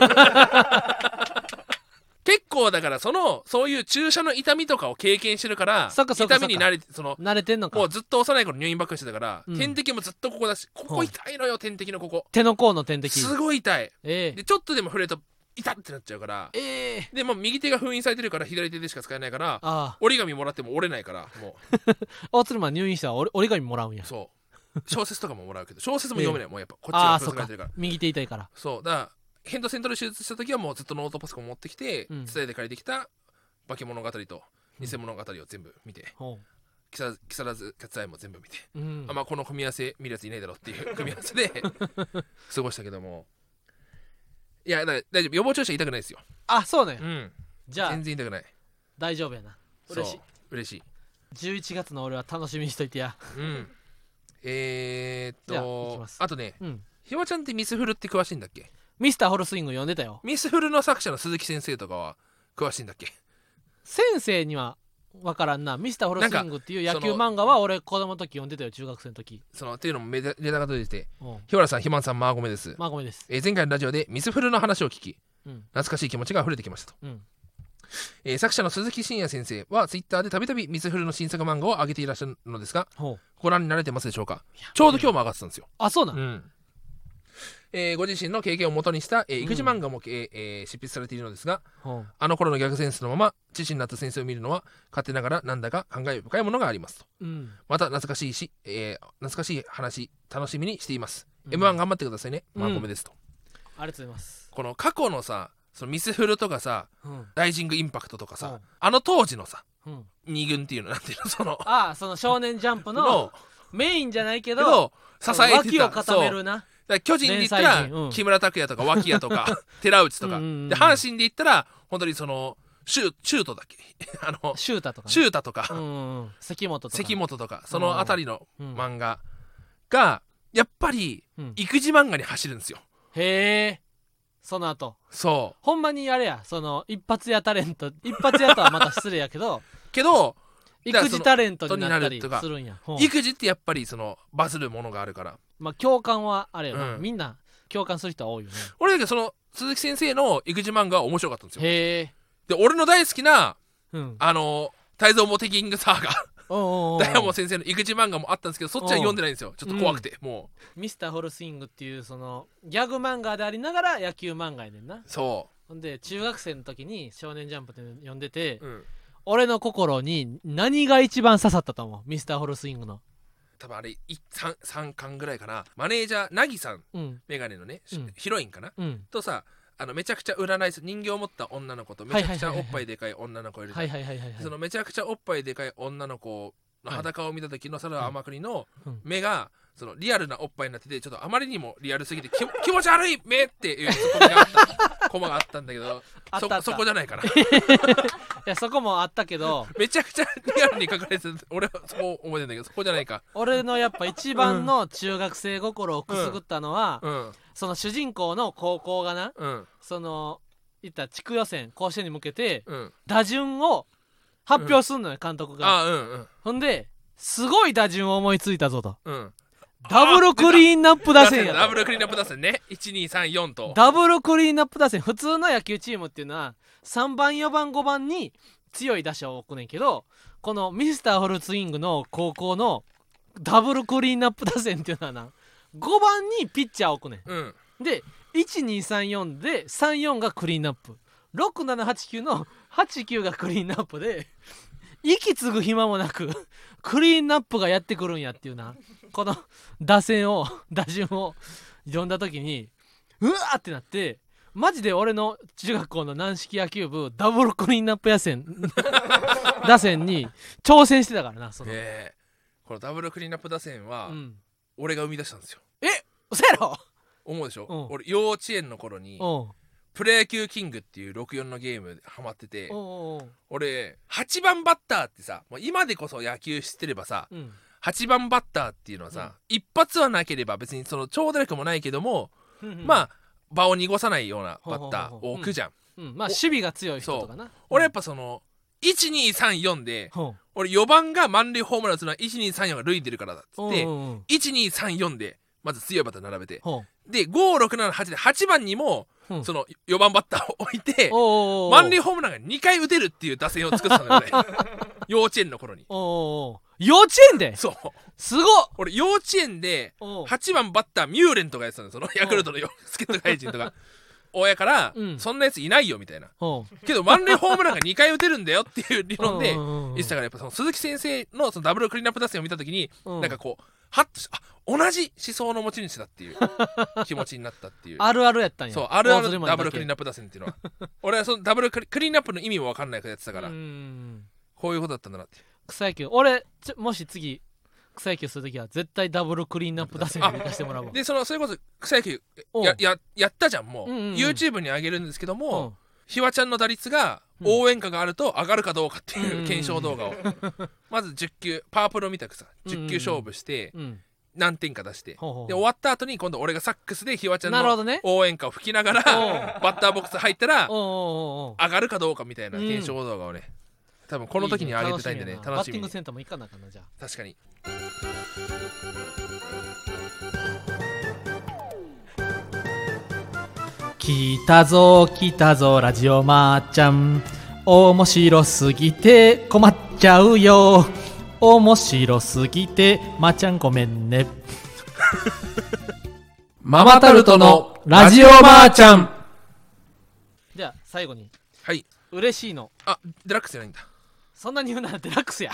B: 結構だからそのそういう注射の痛みとかを経験してるから痛みに慣れてその
A: 慣れてんのか。
B: もうずっと幼い頃入院ばっかりしてたから、うん、点滴もずっとここだしここ痛いのよ。点滴のここ
A: 手の甲の点滴
B: すごい痛い、
A: えー、
B: でちょっとでも触れると痛ってなっちゃうから、
A: えー、
B: でもう右手が封印されてるから左手でしか使えないからあ折り紙もらっても折れないからもう
A: 大鶴マン入院したら折り紙もらうんや。
B: そう小説とかももらうけど小説も読めない、えー、もうやっぱこっちが封印されてるから
A: 右手痛いから
B: そうだからヘンドセントル手術した時はもうずっとノートパソコン持ってきて、うん、伝えで借りてきた化け物語と偽物語を全部見て、うん、木更津キャッツアイも全部見て、うん、あまあこの組み合わせ見るやついないだろうっていう組み合わせで過ごしたけどもいやだ大丈夫予防注射痛くないですよ。
A: あそうね、
B: うん、じ
A: ゃあ
B: 全然痛くない
A: 大丈夫やな。嬉しい
B: 嬉しい。
A: じゅういちがつの俺は楽しみにしといてや。
B: うんえー、っとあとね、うん、ひわちゃんってミスフルって詳しいんだっけ？
A: ミスターホルスイング読んでたよ。
B: ミスフルの作者の鈴木先生とかは詳しいんだっけ？
A: 先生には分からんな。ミスターホルスイングっていう野球漫画は俺子供の時読んでたよ。中学生の時
B: そのっていうのもメデータが届いて日原さんひまんさんマーゴメです。
A: マーゴメです、
B: えー、前回のラジオでミスフルの話を聞き、うん、懐かしい気持ちが溢れてきましたと、うんえー、作者の鈴木真也先生はツイッターでたびたびミスフルの新作漫画を上げていらっしゃるのですがご覧になれてますでしょうか？ちょうど今日も上がってたんですよ。
A: あそうなん、
B: うんえー、ご自身の経験をもとにした、えー、育児漫画も、うんえー、執筆されているのですが、うん、あの頃のギャグセンスのまま父になった先生を見るのは勝手ながらなんだか感慨深いものがありますと、うん、また懐かしいし、えー、懐かしい話楽しみにしています、うん、エムワン 頑張ってくださいね、うん、マーコメですと。
A: ありがとうございます。
B: この過去のさそのミスフルとかさ、うん、ライジングインパクトとかさ、うん、あの当時のさ、うん、に軍っていうのなんていうのその
A: ああその少年ジャンプのメインじゃないけど
B: 支えてた
A: 脇を固めるな。
B: だ巨人で言ったら、うん、木村拓哉とか脇屋とか寺内とかで阪神で言ったら本当にそのシュシュートだっけあの
A: シュータとか、ね、
B: シュータとか、
A: うんうん、関本とか
B: 関本とかそのあたりの漫画がやっぱり育児漫画に走るんですよ、
A: うん、へえ。その後
B: そう
A: ほんまにあれやその一発屋タレント一発屋とはまた失礼やけど
B: けど
A: 育児タレントになったりするんや。
B: 育児ってやっぱりそのバズるものがあるから
A: まあ共感はあれよな、うん、みんな共感する人は多いよね。
B: 俺だけどその鈴木先生の育児漫画は面白かったんですよ。
A: へえ。
B: で俺の大好きな、うん、あの泰造モテキングサーガダイヤモン先生の育児漫画もあったんですけどそっちは読んでないんですよ。ちょっと怖くて、うん、も
A: うミスターホルスイングっていうそのギャグ漫画でありながら野球漫画やねんな。
B: そう
A: ほんで中学生の時に少年ジャンプって読んでて、うん、俺の心に何が一番刺さったと思う？ミスターホルスイングの
B: 多分あれ 3, さんかんぐらいかな。マネージャーナギさん、うん、メガネのね、うん、ヒロインかな、うん、とさあのめちゃくちゃ占いす人形を持った女の子とめちゃくちゃおっぱいでかい女の子いる。そのめちゃくちゃおっぱいでかい女の子の裸を見た時の猿天国の目がそのリアルなおっぱいになっててちょっとあまりにもリアルすぎて気持ち悪い目っていうツッコミがあったコマがあったんだけど
A: あったあった
B: そ, そこじゃないかない
A: やそこもあったけど
B: めちゃくちゃリアルに書かれて俺はそこ思えてんだけどそこじゃないか。
A: 俺のやっぱ一番の中学生心をくすぐったのは、うんうん、その主人公の高校がな、うん、そのいった地区予選甲子園に向けて、
B: うん、
A: 打順を発表すんのよ、うん、監督が。
B: あ、うんうん、
A: ほんですごい打順を思いついたぞと、
B: うん、
A: ダブルクリーンナップ打線やと。
B: ダブルクリーンナップ打線ね。いちにさんよんと
A: ダブルクリーンナップ打線。普通の野球チームっていうのはさんばんよばんごばんに強い打者を置くねんけど、このミスターフルスイングの高校のダブルクリーンナップ打線っていうのはな、ごばんにピッチャーを置くねん、
B: うん、
A: でいちにさんよんでさんよんがクリーンナップ、ろくななはちきゅうのはちきゅうがクリーンナップで、息継ぐ暇もなくクリーンナップがやってくるんやっていうな、この打線を打順を読んだ時にうわーってなって、マジで俺の中学校の軟式野球部ダブルクリーンナップ打線打線に挑戦してたからな。その、
B: えー、このダブルクリーンナップ打線は、うん、俺が生み出したんですよ。
A: え、嘘やろ。
B: 思うでしょ、うん、俺幼稚園の頃にプロ野球キングっていうろくよんのゲームハマってて、俺はちばんバッターってさ、もう今でこそ野球知ってればさ、うん、はちばんバッターっていうのはさ、うん、一発はなければ別にその長打力もないけども、うんうん、まあ場を濁さないようなバッターを置くじゃん、
A: うんうん、まあ守備が強い人とかな。
B: 俺やっぱそのいちにさんよんで、うん、俺よばんが満塁ホームランするのはいちにさんよんが塁出るからだっつって、いちにさんよんでまず強いバッター並べて、でごろくななはちではちばんにも、うん、そのよばんバッターを置いて満塁ホームランがにかい打てるっていう打線を作ってたのよね幼稚園の頃に。
A: お幼稚園で。
B: そう
A: すごっ。
B: 俺幼稚園ではちばんバッターミューレンとかやってたの、そのヤクルトの助っ人外人とか親から、うん、そんなやついないよみたいな、けど満塁ホームランがにかい打てるんだよっていう理論で言ってたから、やっぱその鈴木先生 の, そのダブルクリーンナップ打線を見た時に、なんかこうはっとあ同じ思想の持ち主だっていう気持ちになったっていう
A: あるあるやったんや。
B: そうあるあるダブルクリーンナップ打線っていうのは俺はそのダブルクリーンナップの意味も分かんないからやってたから、うーんこういうことだったんだなって。
A: 草野球俺ちょもし次草野球するときは絶対ダブルクリーンナップ打線で行かせてもらうわ。
B: でそのそれこそ草野球 や, や, やったじゃんもう、うんうんうん、YouTube に上げるんですけども、うん、ひわちゃんの打率が応援歌があると上がるかどうかっていう検証動画を、うん、まずじゅっきゅうパープルみたくさじゅっきゅう勝負して、うんうん、何点か出して、うん、で終わった後に今度俺がサックスでひわちゃんの応援歌を吹きながら、ね、バッターボックス入ったら上がるかどうかみたいな検証動画をね、うん、多分この時に上げてたいんでね、楽しみに。
A: バッティングセンターも行かなあかんな。じゃあ
B: 確かに
A: 来たぞ来たぞラジオまーちゃん、面白すぎて困っちゃうよ、面白すぎてまーちゃんごめんねママタルトのラジオまーちゃん。じゃあ最後に、
B: はい、
A: 嬉しいの。
B: あ、デラックスじゃないんだ。
A: そんなに言うならデラックスや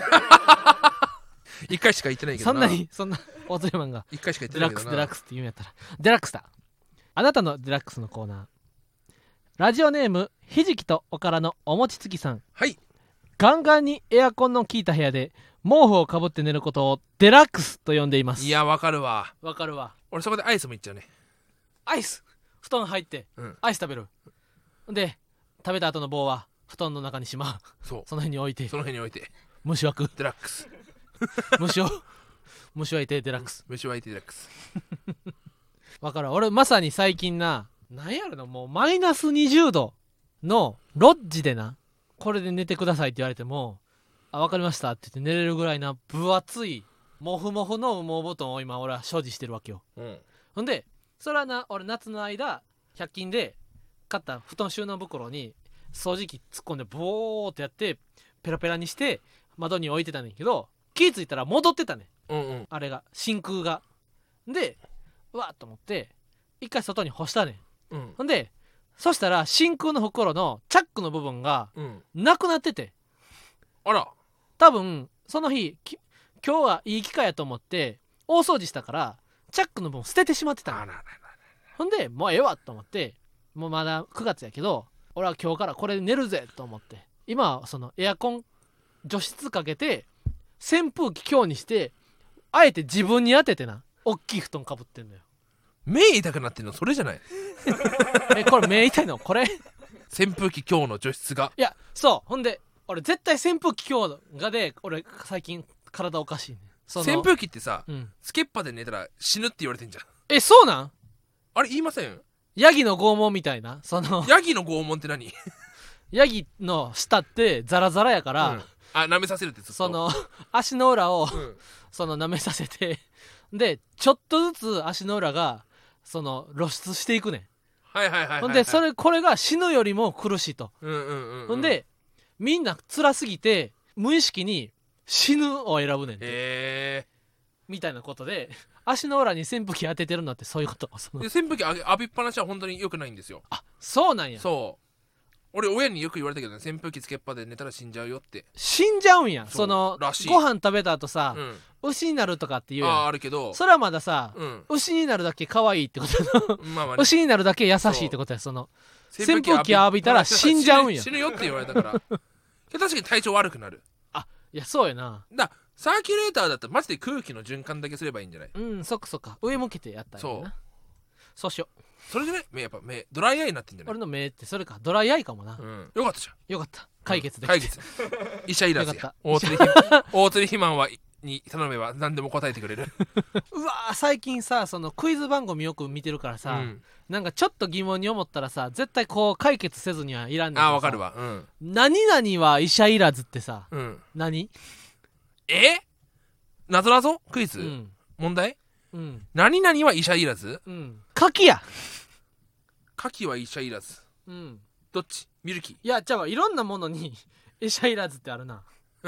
B: 一回しか言ってないけどな。
A: そんなにそんなオートレマンが
B: 一回しか言ってないけどな。
A: デラックスデラックスって言うんやったらデラックスだ。あなたのデラックスのコーナー。ラジオネームひじきとおからのおもちつきさん。
B: はい。
A: ガンガンにエアコンの効いた部屋で毛布をかぶって寝ることをデラックスと呼んでいます。
B: いやわかるわ
A: わかるわ。
B: 俺そこでアイスもいっちゃうね。
A: アイス布団入って、うん、アイス食べる。で食べた後の棒は布団の中にしまう。そうその辺に置いて
B: その辺に置いて
A: 虫湧く
B: デラックス
A: 虫を虫湧いてデラックス
B: 虫湧いてデラックス
A: わかる。俺まさに最近な、なんやろな、もうマイナスにじゅうどのロッジでな、これで寝てくださいって言われても、あ、わかりましたって言って寝れるぐらいな分厚いモフモフの羽毛布団を今俺は所持してるわけよ、うん、ほんでそれはな、俺夏の間ひゃく均で買った布団収納袋に掃除機突っ込んでボーってやってペラペラにして窓に置いてたんだけど、気ぃついたら戻ってたね、うんうん、あれが真空がで、うわっと思って一回外に干したね、うん、ほんでそしたら真空の袋のチャックの部分がなくなってて、
B: うん、あら
A: 多分その日今日はいい機会やと思って大掃除したからチャックの部分捨ててしまってたの。あらららら。ほんでもうええわと思って、もうまだくがつやけど俺は今日からこれで寝るぜと思って、今はそのエアコン除湿かけて扇風機強にしてあえて自分に当ててな、おっきい布団かぶってんのよ。
B: 目痛くなってんのそれじゃない
A: え、これ目痛いのこれ
B: 扇風機強の除湿が。
A: いやそう、ほんで俺絶対扇風機強がで俺最近体おかしいね。
B: 扇風機ってさ、うん、つけっぱで寝たら死ぬって言われてんじゃん。
A: え、そうなん？
B: あれ言いません？
A: ヤギの拷問みたいな、その
B: ヤギの拷問って何？
A: ヤギの舌ってザラザラやから、うん、
B: あ、舐めさせるってずっと
A: その足の裏を、うん、その舐めさせて、でちょっとずつ足の裏がその露出していくねん。
B: はいはいはいはい、はい、
A: ほんでそれこれが死ぬよりも苦しいと、うんうんうんうん、ほんでみんな辛すぎて無意識に死ぬを選ぶねんて、
B: へー
A: みたいなことで、足の裏に扇風機当ててるのってそういうこと。その
B: で扇風機浴びっぱなしは本当に良くないんですよ。
A: あ、そうなんや。
B: そう俺親によく言われたけどね、扇風機つけっぱで寝たら死んじゃうよって。
A: 死んじゃうんや。そのご飯食べた後さ、うん、牛になるとかっていうやん。
B: ああるけど
A: それはまださ、うん、牛になるだけ可愛いってことの、まあまあね、牛になるだけ優しいってことや。その扇風機浴びたら死んじゃうんや。
B: 死ぬよって言われたから確かに体調悪くなる。
A: あ、いやそうやな。
B: だサーキュレーターだったらマジで空気の循環だけすればいいんじゃない？
A: うん、そっかそっか、上向けてやったんやな。そうそうしよう。
B: それでね、目やっぱ目ドライアイになってんじゃない？
A: 俺の目ってそれか、ドライアイかもな、
B: うん、よかったじゃん。
A: よかった、解決でき
B: て、うん、解決医者いらずや。大釣り大釣り肥満はに頼めば何でも答えてくれる
A: うわー、最近さ、そのクイズ番組よく見てるからさ、うん、なんかちょっと疑問に思ったらさ、絶対こう解決せずにはいらんねん。
B: あーわかるわ、うん、
A: 何々は医者いらずってさ、うん、何？
B: えなぞなぞクイズ、うん、問題、うん、何々は医者いらず、うん、
A: 牡蠣や。
B: 牡蠣は医者いらず、うん、どっち？ミルキー？
A: いやちゃうわ、いろんなものに医者いらずってあるな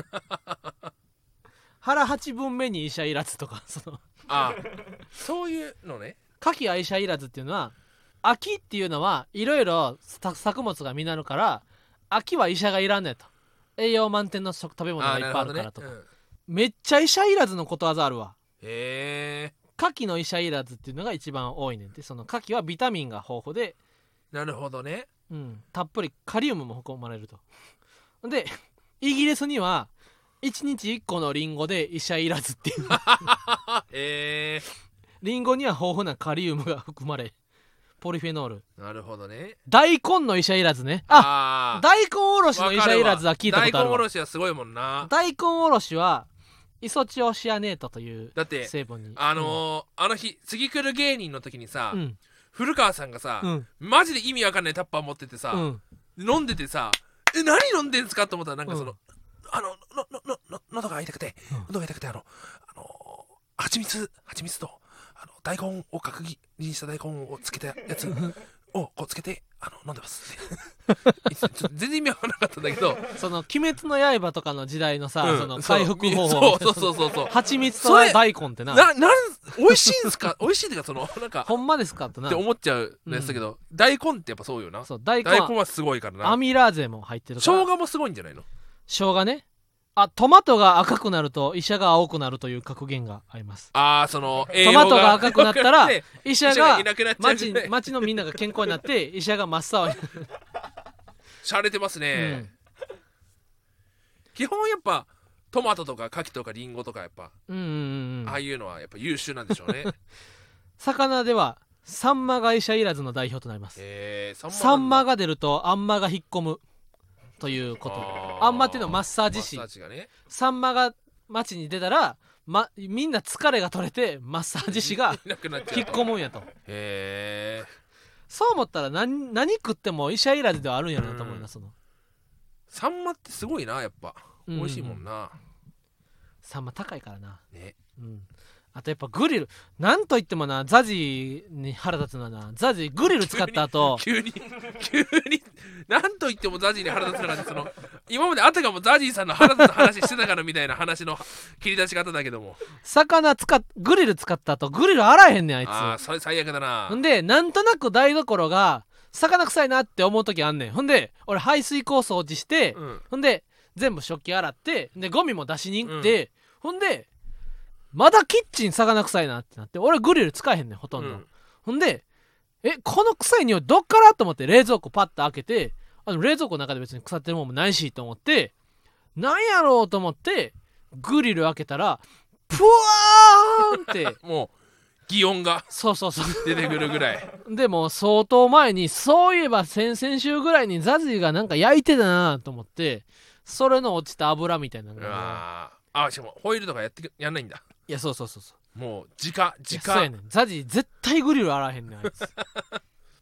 A: 腹八分目に医者いらずとか、その
B: ああそういうのね。
A: 牡蠣は医者いらずっていうのは、秋っていうのはいろいろ作物が実るから秋は医者がいらんねと、栄養満点の食べ物がいっぱいあるからとか、ね、うん、めっちゃ医者いらずのことわざあるわ。
B: へえ。
A: 牡蠣の医者いらずっていうのが一番多いねんて。その牡蠣はビタミンが豊富で、
B: なるほどね、
A: うん、たっぷりカリウムも含まれると。でイギリスにはいちにちいっこのリンゴで医者いらずっていう
B: へえ。
A: リンゴには豊富なカリウムが含まれ、ポリフェノール。
B: なるほどね。
A: 大根の医者いらずね。ああ、大根おろしの医者いらずは聞いたことあるわ。
B: 大根おろしはすごいもんな。
A: 大根おろしはイソチオシアネートという成分に。
B: あのーうん、あの日次来る芸人の時にさ、うん、古川さんがさ、うん、マジで意味わかんないタッパー持っててさ、うん、飲んでてさ、え何飲んでんすかと思ったら、なんかその、うん、あののののの喉が痛くて、うん、喉が痛くて、あのあの蜂蜜蜂蜜とあの大根を角切りにした大根をつけたやつをこうつけてあの飲んでますって全然意味わからなかったんだけど、
A: その鬼滅の刃とかの時代のさ、うん、その回復方法、
B: そうそうそうそうそう、
A: 蜂蜜と大根ってな、
B: ななん美味しいんすか美味しいっていうか、そのなんか
A: ほんまですかってな
B: って思っちゃうのやつだけど、うん、大根ってやっぱそうよな。そう、大根は、大根はすごいからな。
A: アミラーゼも入ってるから。
B: 生姜もすごいんじゃないの？
A: 生姜ね。あ、トマトが赤くなると医者が青くなるという格言があります。
B: ああ、その
A: トマトが赤くなったら医者が町町のみんなが健康になって医者が真っ青に
B: しゃれてますね、うん、基本やっぱトマトとか牡蠣とかリンゴとかやっぱ、うんうんうん、ああいうのはやっぱ優秀なんでしょうね
A: 魚ではサンマが医者いらずの代表となります。へー、サンマが出るとアンマが引っ込むということ。あんまっていうのはマッサージ師、ね、サンマが街に出たら、ま、みんな疲れが取れてマッサージ師が引っ込むんやと。へー、そう思ったら 何, 何食っても医者いらずではあるんやなと思います。その
B: サンマってすごいな、やっぱ美味しいもんな、うんうん、
A: サンマ高いからな、ね、うん、あとやっぱグリル、なんといってもな、ザジに腹立つのはな、ザジグリル使った後
B: 急に急に急になんといってもザジに腹立つのが、その今まであたかもザジさんの腹立つ話してたからみたいな話の切り出し方だけども、
A: 魚使っグリル使った後グリル洗えへんねんあいつ。
B: ああ、それ最悪だな。
A: ほんでなんとなく台所が魚臭いなって思う時あんねん。ほんで俺排水口掃除して、うん、ほんで全部食器洗って、でゴミも出しに行って、うん、ほんでまだキッチン魚臭いなってなって、俺グリル使えへんねんほとんど、うん、ほんでえこの臭い匂いどっからと思って冷蔵庫パッと開けて、あの冷蔵庫の中で別に腐ってるもんもないしと思って、なんやろうと思ってグリル開けたらプワーンって
B: もう擬音が
A: そうそうそう
B: 出てくるぐらい
A: でも相当前に、そういえば先々週ぐらいにザジがなんか焼いてたなと思って、それの落ちた油みたいなのが、ね、
B: ああ、しかもホイールとかやってやんないんだ。
A: いやそうそうそうそう、
B: もう直直
A: そうやねん、ザジ絶対グリル洗わへんねんあいつ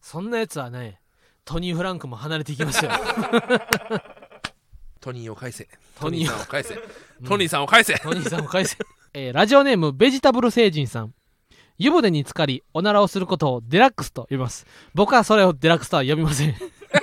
A: そんなやつはねトニー・フランクも離れていきますよ
B: トニーを返せトニーさんを返せトニーさんを返せ
A: トニーさんを返せ、えー、ラジオネームベジタブル星人さん。湯船に浸かりおならをすることをデラックスと呼びます。僕はそれをデラックスとは呼びません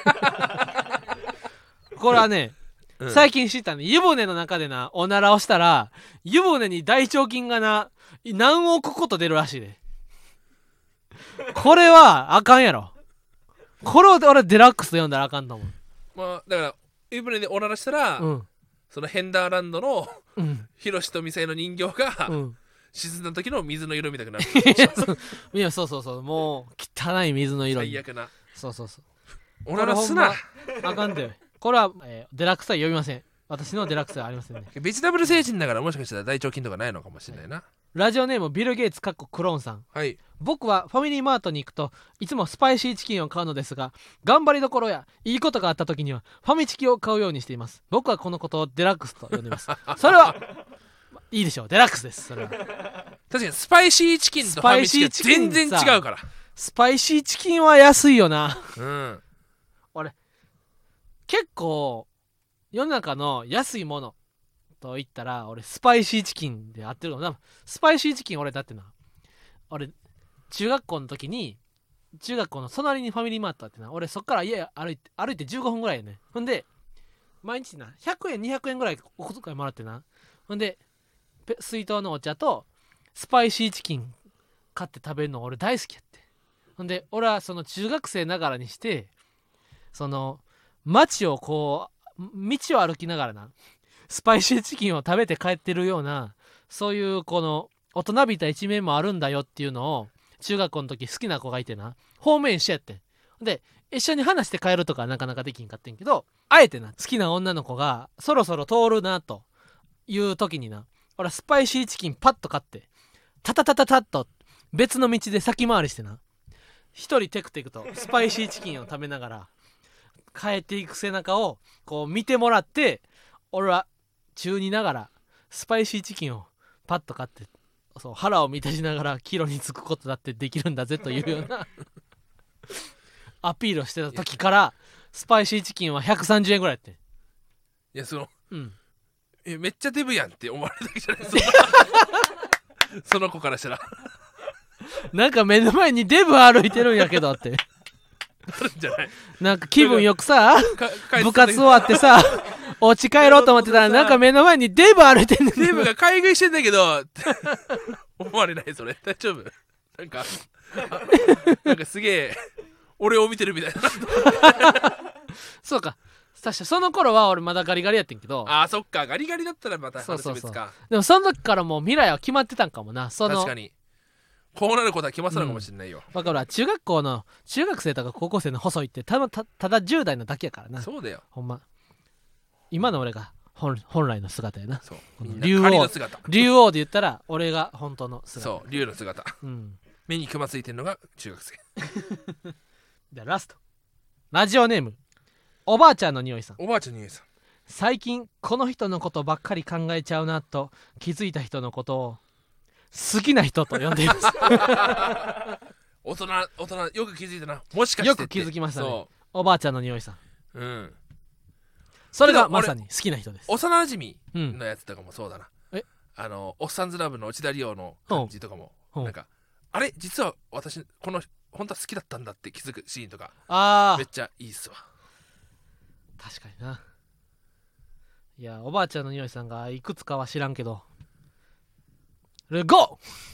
A: これはね、うん、最近知ったね。湯船の中でなおならをしたら湯船に大腸菌がな何億個と出るらしいね。これはあかんやろ。これを俺デラックスと呼んだらあかんと思う。
B: まあだから湯船でおならしたら、うん、そのヘンダーランドの、うん、ヒロシとミサイの人形が、うん、沈んだ時の水の色みたくなる
A: いやそうそうそう、もう汚い水の色に
B: 最悪な。
A: そうそうそう、
B: おならすな
A: あかんで。これは、えー、デラックスは呼びません。私のデラックスはありませんね。
B: ベジタブル星人だからもしかしたら大腸菌とかないのかもしれないな、はい、
A: ラジオネームビル・ゲイツかっこクローンさん、
B: はい、
A: 僕はファミリーマートに行くといつもスパイシーチキンを買うのですが、頑張りどころやいいことがあった時にはファミチキを買うようにしています。僕はこのことをデラックスと呼んでいますそれはいいでしょう、デラックスです。それは確
B: かにスパイシーチキンとファミチキは全然違うから。
A: スパイシーチキンは安いよな、
B: うん、
A: 俺結構世の中の安いものと言ったら俺スパイシーチキンで合ってるのな。スパイシーチキン俺だってな、俺中学校の時に中学校の隣にファミリーマートあってな、俺そっから家歩いて歩いてじゅうごふんぐらいやね。ほんで毎日なひゃくえんにひゃくえんぐらいお小遣いもらってな、ほんで水筒のお茶とスパイシーチキン買って食べるの俺大好きやって。ほんで俺はその中学生ながらにしてその街をこう道を歩きながらなスパイシーチキンを食べて帰ってるような、そういうこの大人びた一面もあるんだよっていうのを中学校の時好きな子がいてな、方面一緒やって。で一緒に話して帰るとかなかなかできんかってんけど、あえてな好きな女の子がそろそろ通るなという時にな、俺はスパイシーチキンパッと買ってタタタタタッと別の道で先回りしてな、一人テクテクとスパイシーチキンを食べながら帰っていく背中をこう見てもらって、俺は中にながらスパイシーチキンをパッと買って、そう腹を満たしながら帰路に着くことだってできるんだぜというようなアピールをしてた時からスパイシーチキンはひゃくさんじゅうえんぐらいやって。
B: いやその、
A: うん、
B: えめっちゃデブやんって思われただけじゃないその子からしたら
A: なんか目の前にデブ歩いてるんやけどって
B: あるんじゃない。
A: なんか気分よくさ部活終わってさお家帰ろうと思ってたらなんか目の前にデブ歩いてんねん。
B: デブが買い食いしてんだけどって思われない？それ大丈夫？なんかなんかすげえ俺を見てるみたいな
A: そうか、確かその頃は俺まだガリガリやってんけど。
B: あーそっか、ガリガリだったらまた話別か。そうそうそう、
A: でもその時からもう未来は決まってたんかもな。その
B: 確かにこうなることは決まってたのかもしれないよ。
A: だから中学校の中学生とか高校生の細いってただ た, ただじゅう代のだけやからな。
B: そうだよ
A: ほんま。今の俺が 本, 本来の姿やな。
B: そう
A: 竜王竜王で言ったら俺が本当の姿。
B: そう竜の姿、うん、目にクマついてんのが中学生
A: でラストラジオネームおばあちゃんの匂いさん。
B: おばあちゃんの匂いさん。
A: 最近この人のことばっかり考えちゃうなと気づいた人のことを好きな人と呼んでいます
B: 大人大人よく気づいたな。もしかしてよ
A: く気づきましたね。おばあちゃんの匂いさん。
B: うん、
A: それがまさに好きな人です。
B: 幼馴染のやつとかもそうだな、
A: うん、え
B: あのおっさんずラブの内田理央の感じとかも、うん、なんかあれ実は私この本当は好きだったんだって気づくシーンとか
A: あ
B: めっちゃいいっすわ。
A: 確かにな。いやおばあちゃんの匂いさんがいくつかは知らんけどゴーゴー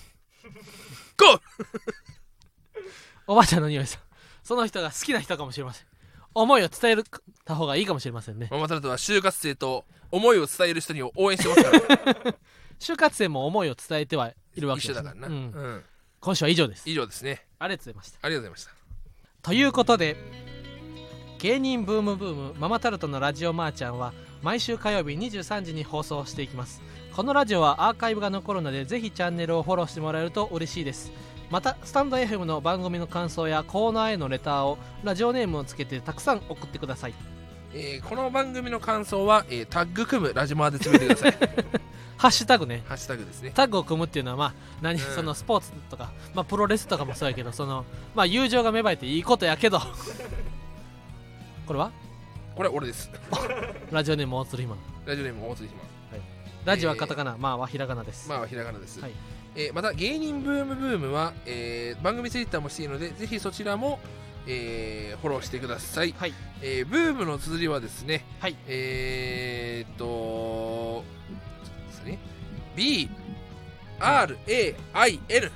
A: おばあちゃんの匂いさん、その人が好きな人かもしれません。思いを伝えた方がいいかもしれませんね。
B: ママタルトは就活生と思いを伝える人に応援してますから
A: 就活生も思いを伝えてはいるわけです、
B: 一緒だからな、うんうん、
A: 今週は以上です。
B: 以上ですね。
A: ありがとうございました。
B: ありがとうございました。
A: ということで芸人ブームブームママタルトのラジオマーちゃんは毎週火曜日にじゅうさんじに放送していきます。このラジオはアーカイブが残るのでぜひチャンネルをフォローしてもらえると嬉しいです。またスタンド エフエム の番組の感想やコーナーへのレターをラジオネームをつけてたくさん送ってください。
B: えー、この番組の感想は、えー、タッグ組むラジマーでつぶやいてください
A: ハッシュタグね
B: ハッシュタグですね。
A: タッグを組むっていうのはまあ何、うん、そのスポーツとか、まあ、プロレスとかもそうやけどそのまあ友情が芽生えていいことやけどこれは
B: これ俺です
A: ラジオネーム大鶴ひま
B: ラジオネーム大鶴ひま、
A: はい、ラジオはカタカナ、えー、まあはひらがなです。
B: まあはひらがなです、
A: はい。
B: えー、また芸人ブームブームは、えー、番組ツイッターもしているのでぜひそちらも、えー、フォローしてください。
A: はい。
B: えー、ブームの綴りはですね、
A: はい。
B: えーっとですね B R A I N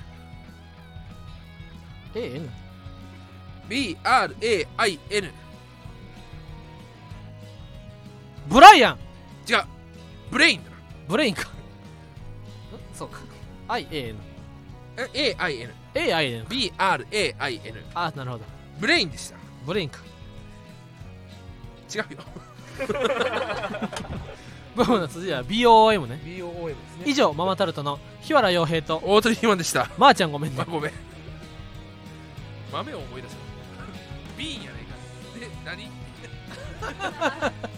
A: A N
B: B R A I N
A: ブライアン
B: 違うブレインだな
A: ブレインかそうか I A N
B: A I N
A: A I N
B: B R A I N
A: あなるほど
B: ブレインでした。
A: ブレインか
B: 違うよ
A: ブームの辻は ビーオーエム ね
B: ビーオーエム ですね。
A: 以上ママタルトの日原洋平と
B: 大鳥ひまでした。
A: まーちゃんごめんね、
B: まあ、ごめん豆を思い出した B やねんかで何